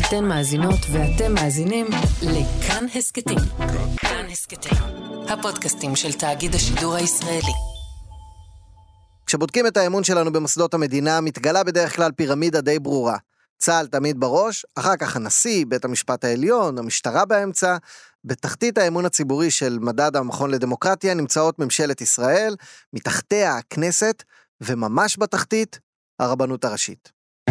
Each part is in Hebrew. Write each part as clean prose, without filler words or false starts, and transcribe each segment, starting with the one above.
אתן מאזינות ואתם מאזינים לכאן הסקטים. כאן הסקטים, הפודקאסטים של תאגיד השידור הישראלי. כשבודקים את האמון שלנו במוסדות המדינה, מתגלה בדרך כלל פירמידה די ברורה. צה"ל תמיד בראש, אחר כך הנשיא, בית המשפט העליון, המשטרה באמצע. בתחתית האמון הציבורי של מדד המכון לדמוקרטיה נמצאות ממשלת ישראל, מתחתיה הכנסת, וממש בתחתית הרבנות הראשית.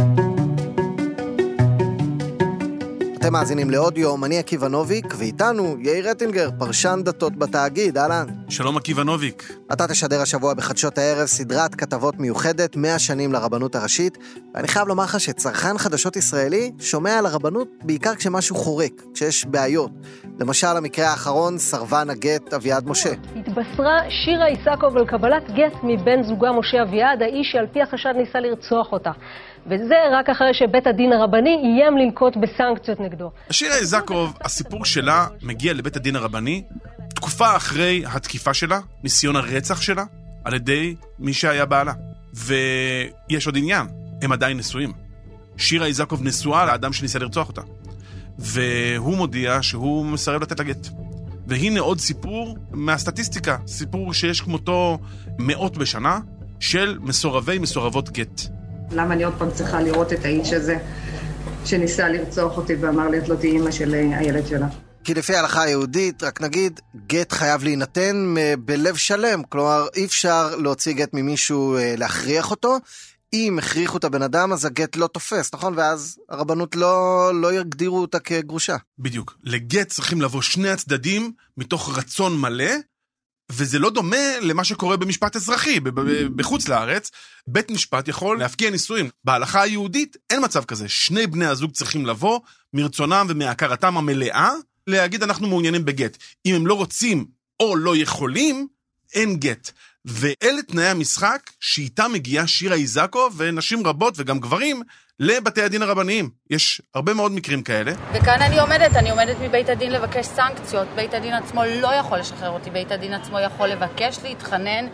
אתם מאזינים לעוד יום, אני עקיבא נוביק, ואיתנו יאיר רטינגר, פרשן דתות בתאגיד, אהלן. שלום עקיבא נוביק. אתה תשדר השבוע בחדשות הערב סדרת כתבות מיוחדת 100 שנים לרבנות הראשית, ואני חייב לומר לך שצרכן חדשות ישראלי שומע על הרבנות בעיקר כשמשהו חורק, כשיש בעיות. למשל המקרה האחרון, סרבן הגט אביעד משה. התבשרה שירה איסקוב על קבלת גט מבן זוגה משה אביעד, האיש שעל פי החשד ניסה לרצוח אותה. וזה רק אחרי שבית הדין הרבני איים לנקוט בסנקציות נגדו. שירה איסקוב, הסיפור שלה מגיע לבית הדין הרבני, תקופה אחרי התקיפה שלה, ניסיון הרצח שלה, על ידי מי שהיה בעלה. ויש עוד עניין, הם עדיין נשואים. שירה איסקוב נשואה לאדם שניסה לרצוח אותה. והוא מודיע שהוא מסרב לתת הגט. והנה עוד סיפור מהסטטיסטיקה, סיפור שיש כמותו מאות בשנה, של מסורבות גט. למה אני עוד פעם צריכה לראות את האיש הזה שניסה לרצוח אותי ואמר לי את לא תהיי אמא של הילד שלה? כי לפי ההלכה היהודית, רק נגיד, גט חייב להינתן בלב שלם, כלומר אי אפשר להוציא גט ממישהו להכריח אותו, אם הכריחו את הבן אדם אז הגט לא תופס, נכון? ואז הרבנות לא יגדירו אותה כגרושה. בדיוק, לגט צריכים לבוא שני הצדדים מתוך רצון מלא, וזה לא דומה למה שקורה במשפט אזרחי, בחוץ לארץ, בית משפט יכול להפקיע נישואים. בהלכה היהודית אין מצב כזה, שני בני הזוג צריכים לבוא מרצונם ומהכרתם המלאה, להגיד אנחנו מעוניינים בגט. אם הם לא רוצים או לא יכולים, אין גט. ואלה תנאי המשחק שאיתה מגיעה שירה איסקוב ונשים רבות וגם גברים לבתי הדין הרבניים. יש הרבה מאוד מקרים כאלה. וכאן אני עומדת מבית הדין לבקש סנקציות. בית הדין עצמו לא יכול לשחרר אותי, בית הדין עצמו יכול לבקש להתחנן,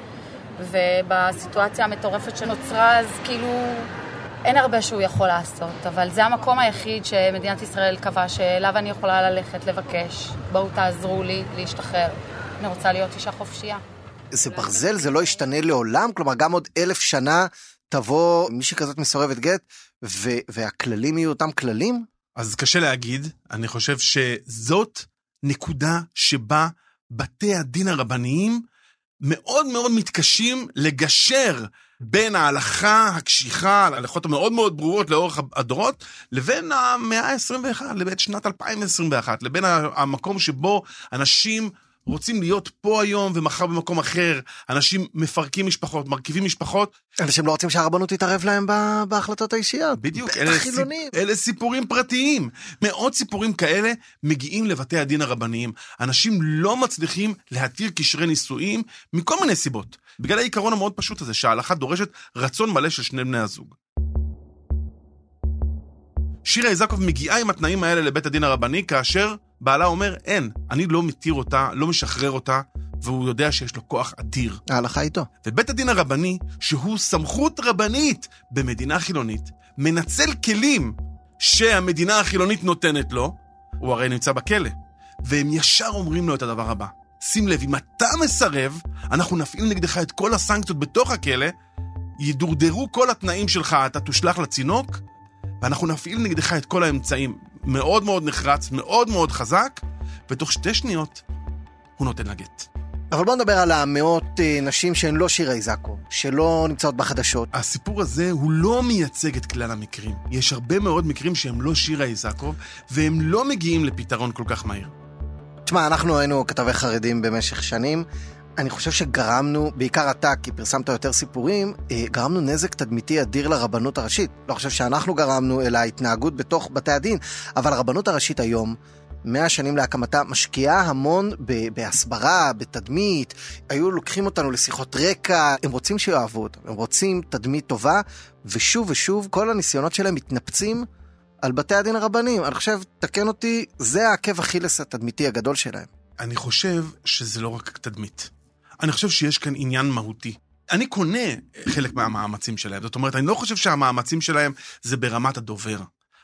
ובסיטואציה המטורפת שנוצרה אז כאילו אין הרבה שהוא יכול לעשות, אבל זה המקום היחיד שמדינת ישראל קבעה שאליו אני יכולה ללכת לבקש. בואו תעזרו לי להשתחרר. אני רוצה להיות אישה חופשייה. זה ברזל, זה לא ישתנה לעולם, כלומר גם עוד 1000 שנה תבוא מישהי כזאת מסורבת גט, והכללים יהיו אותם כללים? אז קשה להגיד, אני חושב שזאת נקודה שבה בתי הדין הרבניים מאוד מאוד מתקשים לגשר בין ההלכה הקשיחה, ההלכות המאוד מאוד ברורות לאורך הדורות, לבין המאה ה-21, לבין שנת 2021, לבין המקום שבו אנשים רוצים להיות פה היום ומחר במקום אחר, אנשים מפרקים משפחות, מרכיבים משפחות. אנשים לא רוצים שהרבנות תתערב להם בהחלטות האישיות. בדיוק, אלה סיפורים פרטיים. מאות סיפורים כאלה מגיעים לבתי הדין הרבניים. אנשים לא מצליחים להתיר קשרי נישואים מכל מיני סיבות. בגלל העיקרון המאוד פשוט הזה, שההלכה דורשת רצון מלא של שני בני הזוג. שירה איסקוב מגיעה עם התנאים האלה לבית הדין הרבני, כאשר בעלה אומר, אין, אני לא מתיר אותה, לא משחרר אותה, והוא יודע שיש לו כוח אדיר. ההלכה איתו. ובית הדין הרבני, שהוא סמכות רבנית במדינה חילונית, מנצל כלים שהמדינה החילונית נותנת לו, הוא הרי נמצא בכלא, והם ישר אומרים לו את הדבר הבא. שים לב, אם אתה מסרב, אנחנו נפעיל נגדך את כל הסנקציות בתוך הכלא, ידורדרו כל התנאים שלך, אתה תושלח לצינוק, ואנחנו נפעיל נגדך את כל האמצעים. מאוד מאוד נחרץ, מאוד מאוד חזק, ותוך 2 שניות הוא נותן לגט. אבל בוא נדבר על המאות נשים שהן לא שירה איסקוב, שלא נמצאות בחדשות. הסיפור הזה הוא לא מייצג את כלל המקרים. יש הרבה מאוד מקרים שהם לא שירה איסקוב, והם לא מגיעים לפתרון כל כך מהיר. תשמע, אנחנו היינו כתבי חרדים במשך שנים, אני חושב שגרמנו, בעיקר אתה, כי פרסמת יותר סיפורים, גרמנו נזק תדמיתי אדיר לרבנות הראשית. לא חושב שאנחנו גרמנו, אלא ההתנהגות בתוך בתי הדין. אבל הרבנות הראשית היום, 100 שנים להקמתה, משקיעה המון בהסברה, בתדמית. היו לוקחים אותנו לשיחות רקע. הם רוצים שיאהבו אותם, הם רוצים תדמית טובה, ושוב ושוב כל הניסיונות שלהם מתנפצים על בתי הדין הרבניים. אני חושב, תקן אותי, זה העקב אכילס התדמיתי הגדול שלהם. אני חושב שזה לא רק תדמית. אני חושב שיש כאן עניין מהותי. אני קונה חלק מהמאמצים שלהם. זאת אומרת, אני לא חושב שהמאמצים שלהם זה ברמת הדובר.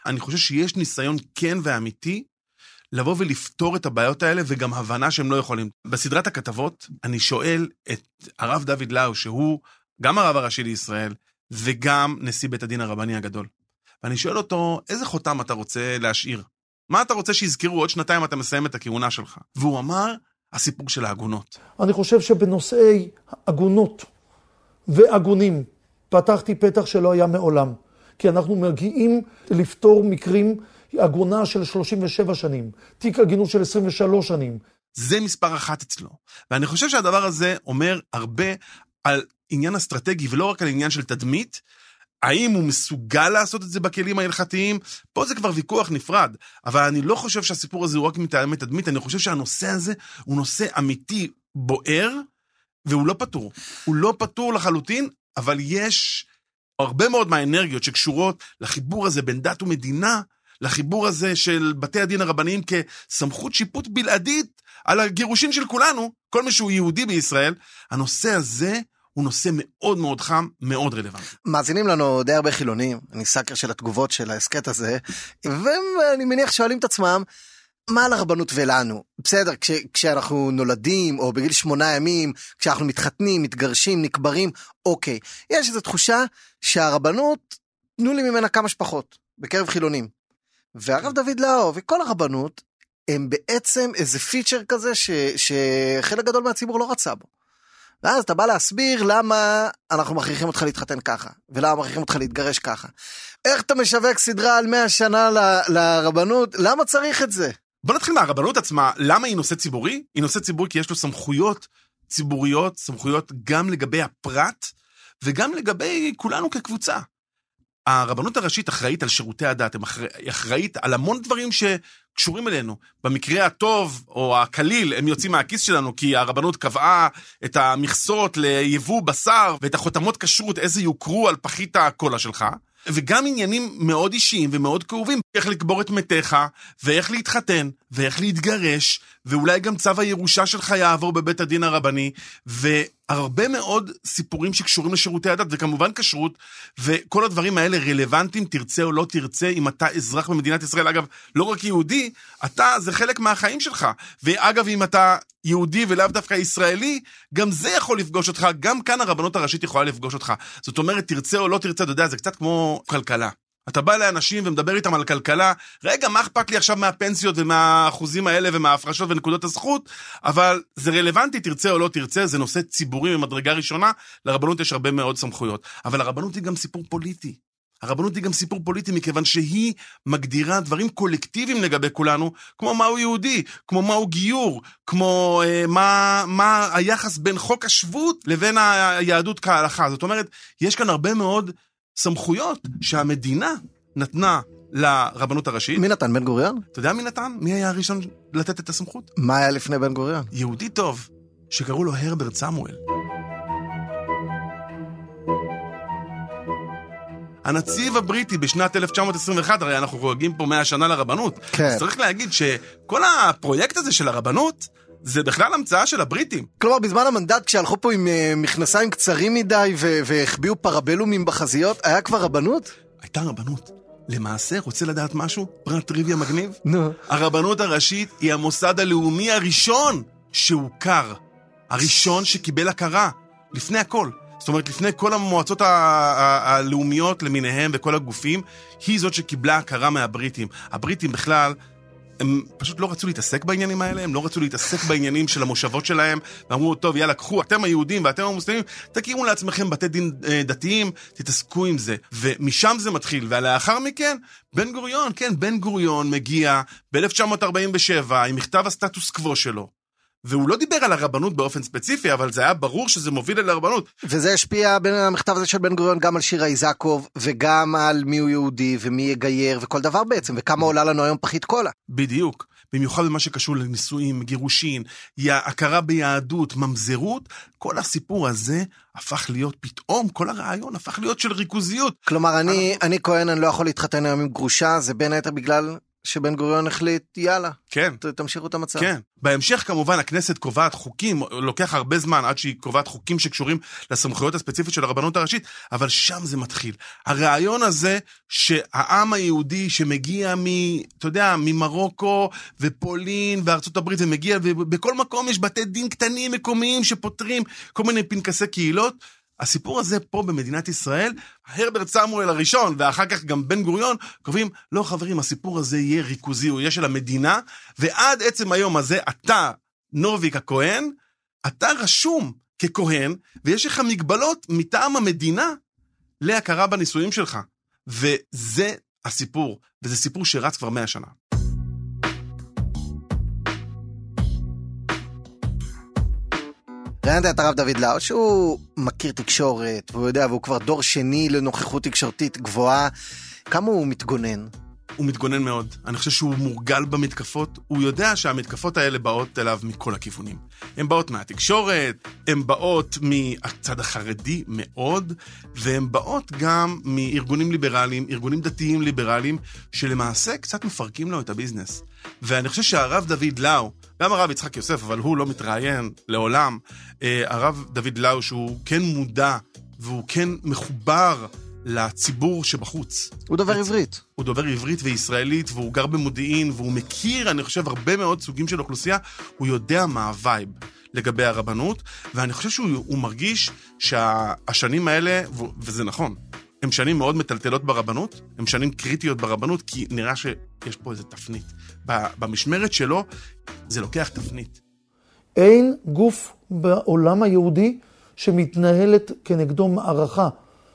אני חושב שיש ניסיון כן ואמיתי, לבוא ולפתור את הבעיות האלה, וגם הבנה שהם לא יכולים. בסדרת הכתבות, אני שואל את הרב דוד לאו, שהוא גם הרב הראשי לישראל, וגם נשיא בית הדין הרבני הגדול. ואני שואל אותו, איזה חותם אתה רוצה להשאיר? מה אתה רוצה שיזכרו? עוד שנתיים אתה מסיים את הכהונה שלך. והוא אמר, הסיפור של העגונות. אני חושב שבנושאי עגונות ועגונים, פתחתי פתח שלא היה מעולם. כי אנחנו מגיעים לפתור מקרים, עגונה של 37 שנים, תיק עגינות של 23 שנים. זה מספר אחת אצלו. ואני חושב שהדבר הזה אומר הרבה על עניין אסטרטגי, ולא רק על עניין של תדמית, האם הוא מסוגל לעשות את זה בכלים ההלכתיים? פה זה כבר ויכוח נפרד, אבל אני לא חושב שהסיפור הזה הוא רק מטעמי תדמית, אני חושב שהנושא הזה הוא נושא אמיתי בוער, והוא לא פתור. הוא לא פתור לחלוטין, אבל יש הרבה מאוד מהאנרגיות שקשורות לחיבור הזה בין דת ומדינה, לחיבור הזה של בתי הדין הרבניים כסמכות שיפוט בלעדית על הגירושין של כולנו, כל מי שהוא יהודי בישראל, הנושא הזה הוא נושא מאוד מאוד חם, מאוד רלוונטי. מאזינים לנו די הרבה חילונים, אני סקר של התגובות של העסקת הזה, ואני מניח שואלים את עצמם, מה לרבנות ולנו? בסדר, כשאנחנו נולדים, או בגיל 8 ימים, כשאנחנו מתחתנים, מתגרשים, נקברים, אוקיי. יש איזו תחושה שהרבנות, תנו לי ממנה כמה שפחות, בקרב חילונים. והרב דוד לאו וכל הרבנות, הם בעצם איזה פיצ'ר כזה, שחלק גדול מהציבור לא רצה בו. ואז אתה בא להסביר למה אנחנו מכריחים אותך להתחתן ככה, ולמה מכריחים אותך להתגרש ככה. איך אתה משווק סדרה על 100 שנה לרבנות? למה צריך את זה? בוא נתחיל מהרבנות עצמה. למה היא נושא ציבורי? היא נושא ציבורי כי יש לו סמכויות ציבוריות, סמכויות גם לגבי הפרט, וגם לגבי כולנו כקבוצה. הרבנות הראשית אחראית על שירותי הדת, היא אחראית על המון דברים שקשורים אלינו. במקרה הטוב או הקליל, הם יוצאים מהכיס שלנו, כי הרבנות קבעה את המכסות ליבוא בשר, ואת החותמות כשרות, איזה יוקרו על פחית הקולה שלך. וגם עניינים מאוד אישיים ומאוד כאובים, איך לקבור את מתיך, ואיך להתחתן, ואיך להתגרש, ואולי גם צו הירושה שלך יעבור בבית הדין הרבני, והרבה מאוד סיפורים שקשורים לשירותי הדת, וכמובן כשרות, וכל הדברים האלה רלוונטיים, תרצה או לא תרצה, אם אתה אזרח במדינת ישראל, אגב, לא רק יהודי, אתה זה חלק מהחיים שלך, ואגב, אם אתה יהודי ולאו דווקא ישראלי, גם זה יכול לפגוש אותך, גם כאן הרבנות הראשית יכולה לפגוש אותך. זאת אומרת, תרצה או לא תרצה, אתה יודע, זה קצת כמו כלכלה. אתה בא לאנשים ומדבר איתם על כלכלה, רגע, מה אכפת לי עכשיו מהפנסיות ומהאחוזים האלה ומההפרשות ונקודות הזכות, אבל זה רלוונטי, תרצה או לא תרצה, זה נושא ציבורי ממדרגה ראשונה, לרבנות יש הרבה מאוד סמכויות, אבל הרבנות היא גם סיפור פוליטי. הרבנות היא גם סיפור פוליטי, מכיוון שהיא מגדירה דברים קולקטיביים לגבי כולנו, כמו מהו יהודי, כמו מהו גיור, כמו מה היחס בין חוק השבות לבין היהדות כהלכה. זאת אומרת, יש כאן הרבה מאוד סמכויות שהמדינה נתנה לרבנות הראשית. מי נתן? בן גוריון? אתה יודע מי נתן? מי היה הראשון לתת את הסמכות? מה היה לפני בן גוריון? יהודי טוב, שקראו לו הרברט סמואל. הנציב הבריטי בשנת 1921, הרי אנחנו חוגגים פה 100 שנה לרבנות. כן. אז צריך להגיד שכל הפרויקט הזה של הרבנות, זה בכלל המצאה של הבריטים. כלומר, בזמן המנדט, כשהלכו פה עם מכנסיים קצרים מדי והחביאו פרבלומים בחזיות, היה כבר רבנות? הייתה רבנות. למעשה, רוצה לדעת משהו? פרט טריוויה מגניב? נו. הרבנות הראשית היא המוסד הלאומי הראשון שהוכר. הראשון שקיבל הכרה. לפני הכל. זאת אומרת, לפני כל המועצות הלאומיות למיניהם וכל הגופים, היא זאת שקיבלה הכרה מהבריטים. הבריטים בכלל, הם פשוט לא רצו להתעסק בעניינים האלה, הם לא רצו להתעסק בעניינים של המושבות שלהם, ואמרו, טוב, יאללה, קחו, אתם היהודים ואתם המוסלמים, תקימו לעצמכם בתי דין דתיים, תתעסקו עם זה. ומשם זה מתחיל, ולאחר מכן, בן גוריון, כן, בן גוריון מגיע ב-1947 עם מכתב הסטטוס קוו שלו. והוא לא דיבר על הרבנות באופן ספציפי, אבל זה היה ברור שזה מוביל אל הרבנות. וזה השפיע בין המכתב הזה של בן גוריון גם על שירה איזקוב, וגם על מי הוא יהודי ומי יגייר וכל דבר בעצם, וכמה עולה לנו היום פחית קולה. בדיוק. במיוחד במה שקשור לנישואים, גירושין, הכרה ביהדות, ממזרות, כל הסיפור הזה הפך להיות פתאום, כל הרעיון הפך להיות של ריכוזיות. כלומר, אני כהן, אני לא יכול להתחתן היום עם גרושה, זה בין היתר בגלל שבן גוריון החליט, יאללה, כן. תמשיכו את המצב. כן. בהמשך כמובן הכנסת קובעת חוקים, לוקח הרבה זמן עד שהיא קובעת חוקים שקשורים לסמכויות הספציפית של הרבנות הראשית, אבל שם זה מתחיל. הרעיון הזה שהעם היהודי שמגיע אתה יודע, ממרוקו ופולין וארצות הברית, ומגיע, ובכל מקום יש בתי דין קטנים מקומיים שפותרים כל מיני פנקסי קהילות, הסיפור הזה פה במדינת ישראל, הרברט סמואל הראשון, ואחר כך גם בן גוריון, קובעים, לא חברים, הסיפור הזה יהיה ריכוזי, הוא יהיה של המדינה, ועד עצם היום הזה, אתה, נורביק הכהן, אתה רשום ככהן, ויש לך מגבלות מטעם המדינה, להכרה בנישואים שלך. וזה הסיפור, וזה סיפור שרץ כבר 100 שנה. ראיינת את הרב דוד לאו, שהוא מכיר תקשורת, והוא יודע, והוא כבר דור שני לנוכחות תקשורתית גבוהה. כמה הוא מתגונן? הוא מתגונן מאוד. אני חושב שהוא מורגל במתקפות. הוא יודע שהמתקפות האלה באות אליו מכל הכיוונים. הן באות מהתקשורת, הן באות מהצד החרדי מאוד, והן באות גם מארגונים ליברליים, ארגונים דתיים ליברליים, שלמעשה קצת מפרקים לו את הביזנס. ואני חושב שהרב דוד לאו, גם הרב יצחק יוסף, אבל הוא לא מתראיין לעולם, הרב דוד לאו שהוא כן מודע, והוא כן מחובר לציבור שבחוץ. הוא דובר עברית. הוא דובר עברית וישראלית, והוא גר במודיעין, והוא מכיר, אני חושב, הרבה מאוד סוגים של אוכלוסייה, הוא יודע מה הווייב לגבי הרבנות, ואני חושב שהוא מרגיש שהשנים האלה, וזה נכון, הם שנים מאוד מטלטלות ברבנות, הם שנים קריטיות ברבנות, כי נראה שיש פה איזה תפנית. במשמרת שלו, זה לוקח תפנית. אין גוף בעולם היהודי שמתנהלת כנגדו מערכה,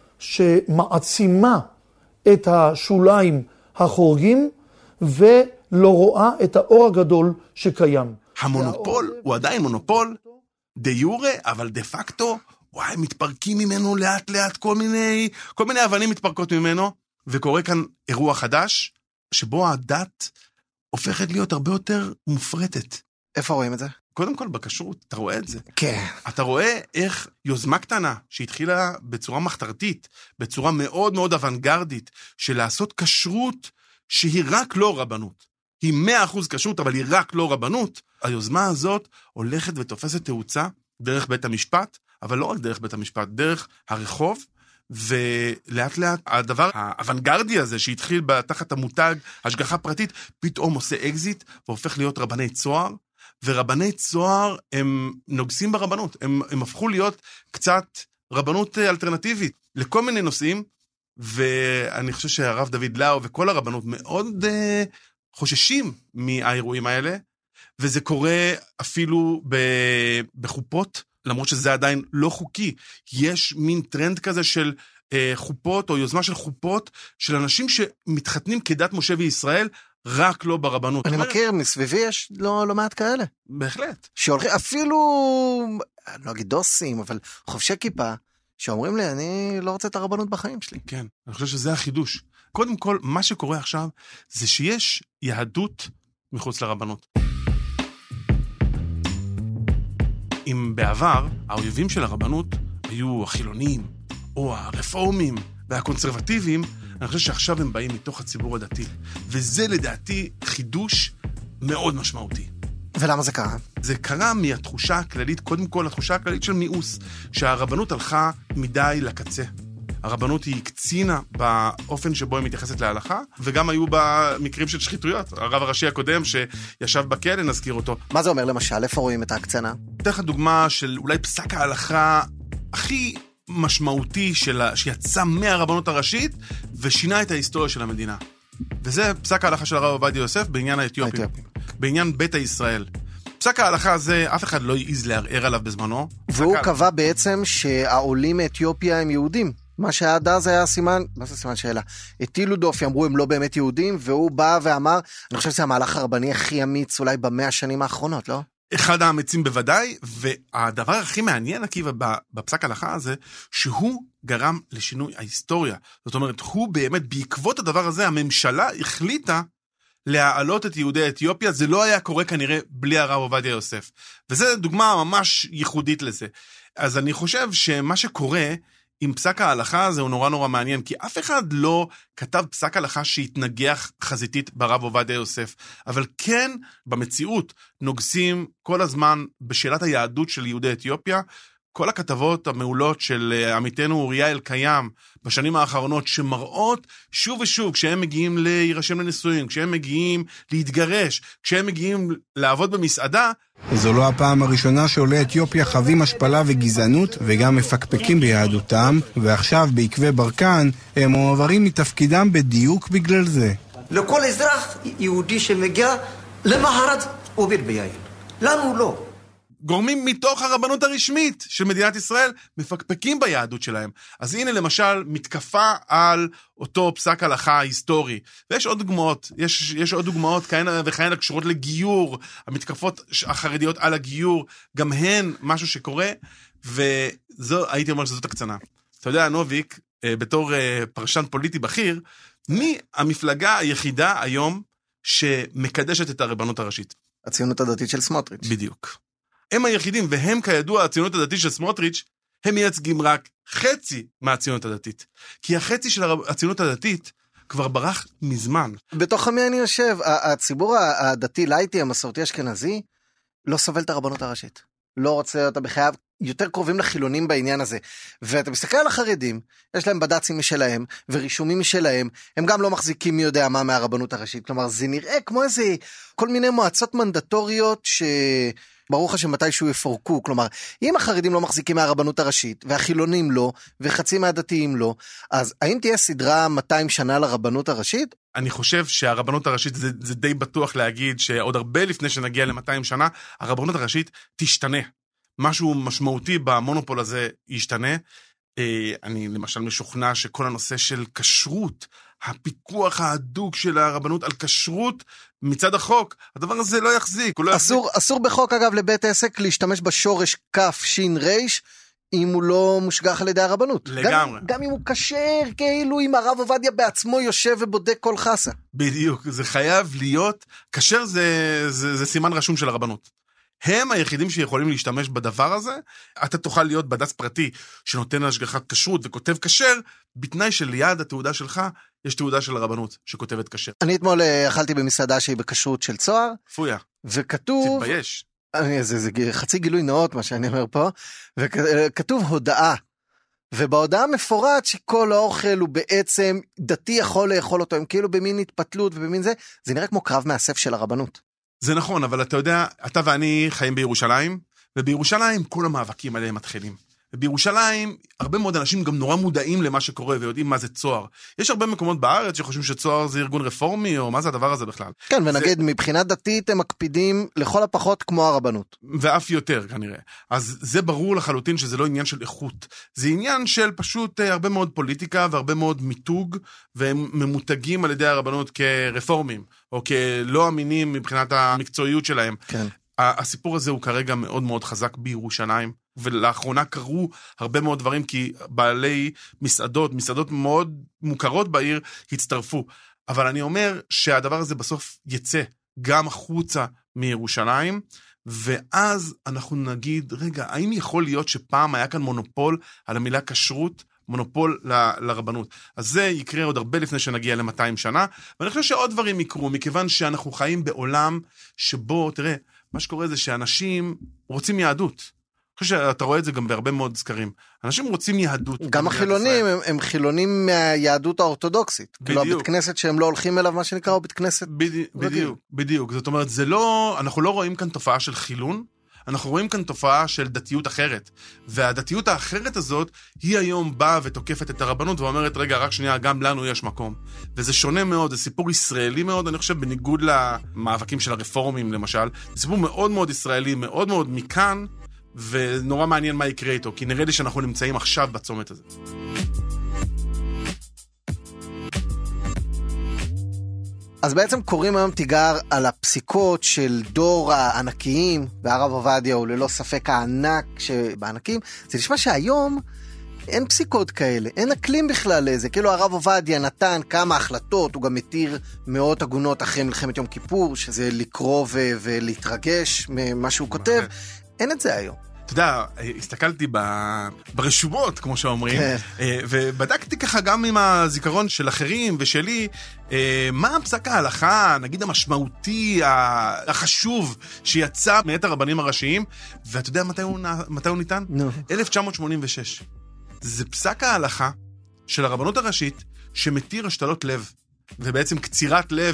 שמעצימה את השוליים החורגים, ולא רואה את האור הגדול שקיים. המונופול הוא עדיין מונופול, דה יורה, אבל דה פקטו, וואי, מתפרקים ממנו לאט לאט, כל מיני אבנים מתפרקות ממנו, וקורה כאן אירוע חדש, שבו הדת הופכת להיות הרבה יותר מופרטת. איפה רואים את זה? קודם כל בכשרות, אתה רואה את זה. כן. אתה רואה איך יוזמה קטנה, שהתחילה בצורה מחתרתית, בצורה מאוד מאוד אוונגרדית, של לעשות כשרות שהיא רק לא רבנות. היא 100% כשרות, אבל היא רק לא רבנות. היוזמה הזאת הולכת ותופסת תאוצה דרך בית המשפט, אבל לא רק דרך בית המשפט, דרך הרחוב, ולאט לאט הדבר האוונגרדי הזה שהתחיל תחת המותג השגחה פרטית, פתאום עושה אקזיט והופך להיות רבני צוהר, ורבני צוהר הם נוגסים ברבנות, הם הפכו להיות קצת רבנות אלטרנטיבית לכל מיני נושאים, ואני חושב שהרב דוד לאו וכל הרבנות מאוד חוששים מהאירועים האלה, וזה קורה אפילו בחופות, למרות שזה עדיין לא חוקי. יש מין טרנד כזה של חופות, או יוזמה של חופות, של אנשים שמתחתנים כדת משה וישראל, רק לא ברבנות. אני מכיר, מסביבי יש לא מעט כאלה. בהחלט. שהולכים, אפילו, אני לא אגיד דוסים, אבל חובשי כיפה, שאומרים לי, אני לא רוצה את הרבנות בחיים שלי. כן, אני חושב שזה החידוש. קודם כל, מה שקורה עכשיו, זה שיש יהדות מחוץ לרבנות. אם בעבר, האויבים של הרבנות היו החילונים, או הרפורמים, והקונסרבטיביים, אני חושב שעכשיו הם באים מתוך הציבור הדתי. וזה לדעתי חידוש מאוד משמעותי. ולמה זה קרה? זה קרה מהתחושה הכללית, קודם כל התחושה הכללית של מיאוס, שהרבנות הלכה מדי לקצה. הרבנות היא קצינה באופן שבו היא מתייחסת להלכה, וגם היו במקרים של שחיתויות. הרב הראשי הקודם שישב בכלא, נזכיר אותו. מה זה אומר למשל? איפה רואים את ההקצנה? אתן לך דוגמה של אולי פסק ההלכה הכי משמעותי שיצא מהרבנות הראשית, ושינה את ההיסטוריה של המדינה. וזה פסק ההלכה של הרב עובדיה יוסף בעניין האתיופים. בעניין ביתא ישראל. פסק ההלכה הזה, אף אחד לא יעז לערער עליו בזמנו. והוא קבע בעצם שהעולים מאתיופיה הם יהודים. מה שעד אז היה סימן, מה זה סימן שאלה? הטילו דופי, אמרו הם לא באמת יהודים, והוא בא ואמר, אני חושב שזה המהלך הרבני הכי אמיץ אולי ב100 שנים האחרונות, לא? אחד האמיצים בוודאי, והדבר הכי מעניין, עקיבא, בפסק ההלכה הזה, שהוא גרם לשינוי ההיסטוריה. זאת אומרת, הוא באמת, בעקבות הדבר הזה, הממשלה החליטה להעלות את יהודי אתיופיה, זה לא היה קורה כנראה בלי הרב עובדיה יוסף. וזו דוגמה ממש ייחודית לזה. אז אני חושב שמה שקורה עם פסק ההלכה הזה הוא נורא מעניין, כי אף אחד לא כתב פסק הלכה שהתנגח חזיתית ברב עובדיה יוסף, אבל כן במציאות נוגסים כל הזמן בשאלת היהדות של יהודי אתיופיה, כל הכתבות המעולות של עמיתנו אוריה אלקיים בשנים האחרונות, שמראות שוב ושוב, כשהם מגיעים להירשם לנישואים, כשהם מגיעים להתגרש, כשהם מגיעים לעבוד במסעדה. זו לא הפעם הראשונה שעולי אתיופיה חווים השפלה וגזענות, וגם מפקפקים ביהדותם, ועכשיו בעקבי ברקן הם מועברים מתפקידם בדיוק בגלל זה. לכל אזרח יהודי שמגיע למהרת עובד ביין. לנו לא. גורמים מתוך הרבנות הרשמית של מדינת ישראל מפקפקים ביהדות שלהם. אז הנה למשל מתקפה על אותו פסק הלכה היסטורי. ויש עוד דוגמאות, יש עוד דוגמאות כהנה וכהנה קשורות לגיור, המתקפות החרדיות על הגיור, גם הן משהו שקורה, הייתי אומר שזאת הקצנה. אתה יודע, נוביק, בתור פרשן פוליטי בכיר, מי המפלגה היחידה היום שמקדשת את הרבנות הראשית? הציונות הדתית של סמוטריץ'. בדיוק. הם היחידים, והם כידוע, הציונות הדתית של סמוטריץ', הם מייצגים רק חצי מהציונות הדתית. כי החצי של הציונות הדתית כבר ברח מזמן. בתוך מי אני יושב, הציבור הדתי, לייטי, המסורתי אשכנזי, לא סובל את הרבנות הראשית. לא רוצה אותה בחייו, יותר קרובים לחילונים בעניין הזה. ואתה מסתכל על החרדים, יש להם בד"צים משלהם, ורישומים משלהם, הם גם לא מחזיקים מי יודע מה מהרבנות הראשית. כלומר, זה נראה כמו איזה, כל מיני מועצות מנדטוריות ברוך השם מתישהו יפורקו, כלומר, אם החרדים לא מחזיקים מהרבנות הראשית, והחילונים לא, וחצי מהדתיים לא, אז האם תהיה סדרה 200 שנה לרבנות הראשית? אני חושב שהרבנות הראשית, זה די בטוח להגיד, שעוד הרבה לפני שנגיע ל-200 שנה, הרבנות הראשית תשתנה. משהו משמעותי במונופול הזה ישתנה. אני למשל משוכנע שכל הנושא של כשרות, הפיקוח ההדוק של הרבנות על כשרות מצד החוק, הדבר הזה לא יחזיק. אסור בחוק אגב לבית עסק להשתמש בשורש כף שין ריש, אם הוא לא מושגח על ידי הרבנות. לגמרי. גם אם הוא כשר, כאילו אם הרב עובדיה בעצמו יושב ובודק כל חסה. בדיוק, זה חייב להיות, כשר זה סימן רשום של הרבנות. הם היחידים שיכולים להשתמש בדבר הזה, אתה תוכל להיות בד"ץ פרטי שנותן השגחת כשרות וכותב כשר, בתנאי שליד התעודה שלך יש תעודה של הרבנות שכותבת כשר. אני אתמול אכלתי במסעדה שהיא בכשרות של צוהר. פויה. וכתוב... תתבייש. זה חצי גילוי נאות מה שאני אומר פה, וכתוב הודעה. ובהודעה מפורט שכל האוכל הוא בעצם דתי יכול לאכול אותו, הם כאילו במין התפתלות ובמין זה, זה נראה כמו קרב מאסף של הרבנות. זה נכון, אבל אתה יודע, אתה ואני חיים בירושלים, ובירושלים כל המאבקים עליהם מתחילים. ובירושלים, הרבה מאוד אנשים גם נורא מודעים למה שקורה, ויודעים מה זה צוהר. יש הרבה מקומות בארץ שחושבים שצוהר זה ארגון רפורמי, או מה זה הדבר הזה בכלל. כן, ונגיד, מבחינה דתית הם מקפידים לכל הפחות כמו הרבנות. ואף יותר, כנראה. אז זה ברור לחלוטין שזה לא עניין של איכות. זה עניין של פשוט הרבה מאוד פוליטיקה, והרבה מאוד מיתוג, והם ממותגים על ידי הרבנות כרפורמים, או כלא אמינים מבחינת המקצועיות שלהם. כן. הסיפור הזה הוא כרגע מאוד מאוד חזק בירושלים, ולאחרונה קרו הרבה מאוד דברים, כי בעלי מסעדות מאוד מוכרות בעיר, הצטרפו. אבל אני אומר שהדבר הזה בסוף יצא גם החוצה מירושלים, ואז אנחנו נגיד, רגע, האם יכול להיות שפעם היה כאן מונופול על המילה כשרות, מונופול לרבנות? אז זה יקרה עוד הרבה לפני שנגיע ל-200 שנה, ואני חושב שעוד דברים יקרו, מכיוון שאנחנו חיים בעולם שבו, תראה, מה שקורה זה שאנשים רוצים יהדות. אני חושב שאתה רואה את זה גם בהרבה מאוד זכרים. אנשים רוצים יהדות. גם החילונים הם חילונים מהיהדות האורתודוקסית. כאילו הבית כנסת שהם לא הולכים אליו, מה שנקרא, הוא בית כנסת. בדיוק. זאת אומרת, אנחנו לא רואים כאן תופעה של חילון, אנחנו רואים כאן תופעה של דתיות אחרת. והדתיות האחרת הזאת, היא היום באה ותוקפת את הרבנות, ואומרת, רגע, רק שנייה, גם לנו יש מקום. וזה שונה מאוד, זה סיפור ישראלי מאוד, אני חושב, בניגוד למאבקים של הרפורמים, למשל. זה סיפור מאוד מאוד ישראלי, מאוד מאוד מכאן, ונורא מעניין מה יקרה איתו, כי נראה לי שאנחנו נמצאים עכשיו בצומת הזה. אז בעצם קוראים היום תיגר על הפסיקות של דור הענקיים, והרב עובדיה הוא ללא ספק הענק שבענקים. זה נשמע שהיום אין פסיקות כאלה, אין אקלים בכלל לזה. כאילו הרב עובדיה נתן כמה החלטות, הוא גם מתיר מאות עגונות אחרי מלחמת יום כיפור, שזה לקרוא ולהתרגש ממה שהוא כותב. אין את זה היום. אתה יודע, הסתכלתי ברשומות, כמו שאומרים, ובדקתי ככה גם עם הזיכרון של אחרים ושלי, מה פסק ההלכה, נגיד המשמעותי, החשוב, שיצא מאת הרבנים הראשיים, ואתה יודע מתי הוא ניתן? 1986. זה פסק ההלכה של הרבנות הראשית, שמתיר השתלות לב. ובעצם קצירת לב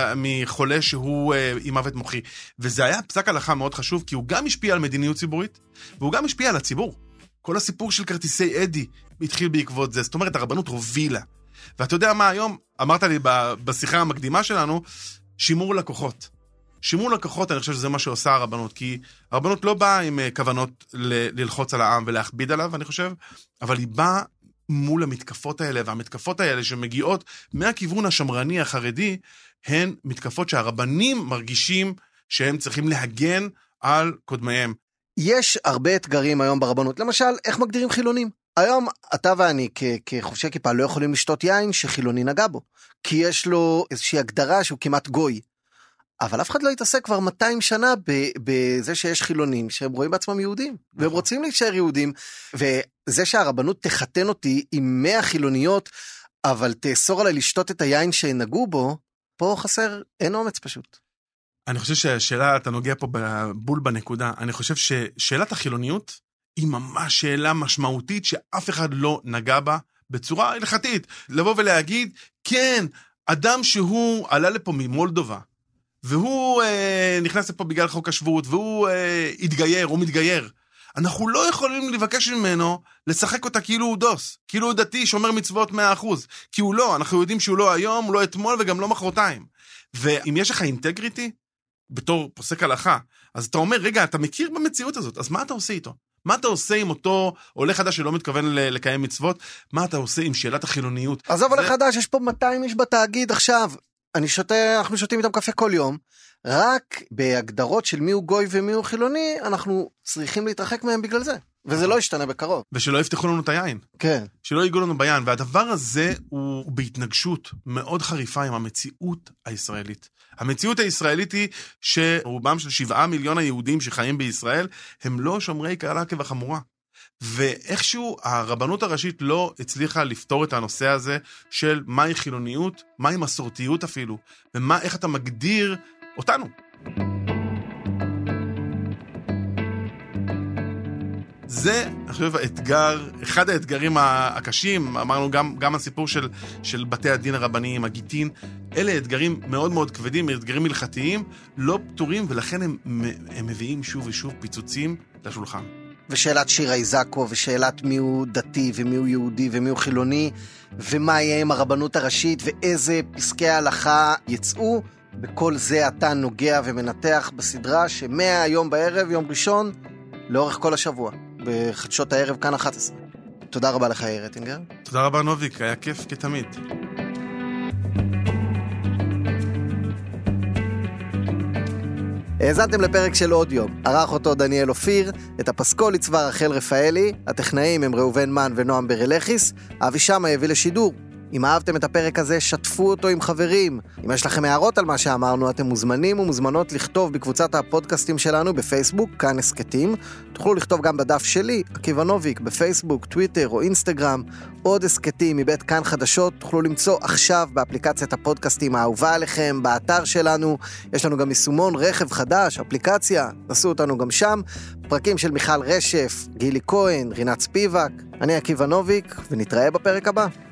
מחולה שהוא עם מוות מוחי. וזה היה פסק הלכה מאוד חשוב, כי הוא גם השפיע על מדיניות ציבורית, והוא גם השפיע על הציבור. כל הסיפור של כרטיסי אדי התחיל בעקבות זה. זאת אומרת, הרבנות הובילה. ואתה יודע מה היום? אמרת לי בשיחה המקדימה שלנו, שימור לקוחות. שימור לקוחות, אני חושב שזה מה שעושה הרבנות, כי הרבנות לא באה עם כוונות ללחוץ על העם ולהכביד עליו, אני חושב, אבל היא באה מול המתקפות האלה, והמתקפות האלה שמגיעות מהכיוון השמרני החרדי, הן מתקפות שהרבנים מרגישים שהם צריכים להגן על קודמיהם. יש הרבה אתגרים היום ברבנות, למשל, איך מגדירים חילונים? היום אתה ואני כחובשי כיפה לא יכולים לשתות יין שחילוני נגע בו, כי יש לו איזושהי הגדרה שהוא כמעט גוי. אבל אף אחד לא יתעסק כבר 200 שנה בזה שיש חילונים שהם רואים בעצמם יהודים, והם רוצים להישאר יהודים, וזה שהרבנות תחתן אותי עם 100 חילוניות, אבל תאסור עליי לשתות את היין שנגעו בו, פה חסר, אין אומץ פשוט. אני חושב שהשאלה, אתה נוגע פה בול בנקודה, אני חושב ששאלת החילוניות היא ממש שאלה משמעותית שאף אחד לא נגע בה בצורה הלכתית. לבוא ולהגיד, כן, אדם שהוא עלה לפה ממולדובה, והוא נכנס לפה בגלל חוק השבות, והוא התגייר, הוא מתגייר. אנחנו לא יכולים לבקש ממנו לשחק אותה כאילו הוא דוס, כאילו הוא דתי, שומר מצוות 100%, כי הוא לא, אנחנו יודעים שהוא לא היום, הוא לא אתמול וגם לא מחרתיים. ואם יש לך אינטגריטי, בתור פוסק הלכה, אז אתה אומר, רגע, אתה מכיר במציאות הזאת, אז מה אתה עושה איתו? מה אתה עושה עם אותו עולה חדש שלא מתכוון לקיים מצוות? מה אתה עושה עם שאלת החילוניות? עזוב עולה חדש, יש פה 200 איש בתאגיד עכשיו. אנחנו שותים איתם קפה כל יום, רק בהגדרות של מי הוא גוי ומי הוא חילוני, אנחנו צריכים להתרחק מהם בגלל זה, וזה לא ישתנה בקרוב. ושלא יפתחו לנו את היין. כן. שלא ייגעו לנו ביין, והדבר הזה הוא בהתנגשות מאוד חריפה עם המציאות הישראלית. המציאות הישראלית היא שרובם של 7 מיליון היהודים שחיים בישראל, הם לא שומרי קלה כבחמורה. ואיכשהו הרבנות הראשית לא הצליחה לפתור את הנושא הזה של מהי חילוניות, מהי מסורתיות אפילו, ואיך אתה מגדיר אותנו. זה, אני חושב, אחד האתגרים הקשים, אמרנו גם הסיפור של בתי הדין הרבניים, הגיטין, אלה אתגרים מאוד מאוד כבדים, אתגרים הלכתיים, לא פתורים, ולכן הם מביאים שוב ושוב פיצוצים לשולחן. ושאלת שירה איזקו, ושאלת מי הוא דתי, ומי הוא יהודי, ומי הוא חילוני, ומה יהיה עם הרבנות הראשית, ואיזה פסקי ההלכה יצאו, בכל זה אתה נוגע ומנתח בסדרה, שמהיום בערב, יום ראשון, לאורך כל השבוע, בחדשות הערב, כאן 11. תודה רבה לך, יאיר רטינגר. תודה רבה, נוביק, היה כיף כתמיד. האזנתם לפרק של עוד יום, ערך אותו דניאל אופיר, את הפסקול עיצבה רחל רפאלי, הטכנאים הם ראובן מן ונועם ברלכיס, אבי שמה הביא לשידור. אם אהבתם את הפרק הזה, שתפו אותו עם חברים. אם יש לכם הערות על מה שאמרנו, אתם מוזמנים ומוזמנות לכתוב בקבוצת הפודקאסטים שלנו בפייסבוק, כאן הסקטים. תוכלו לכתוב גם בדף שלי, עקיבא נוביק, בפייסבוק, טוויטר או אינסטגרם. עוד הסקטים מבית כאן חדשות תוכלו למצוא עכשיו באפליקציית הפודקאסטים האהובה עליכם, באתר שלנו. יש לנו גם יישומון רכב חדש, אפליקציה, נסו אותנו גם שם. פרקים של מיכל רשף, גילי כהן, רינת ספיבק. אני עקיבא נוביק, ונתראה בפרק הבא.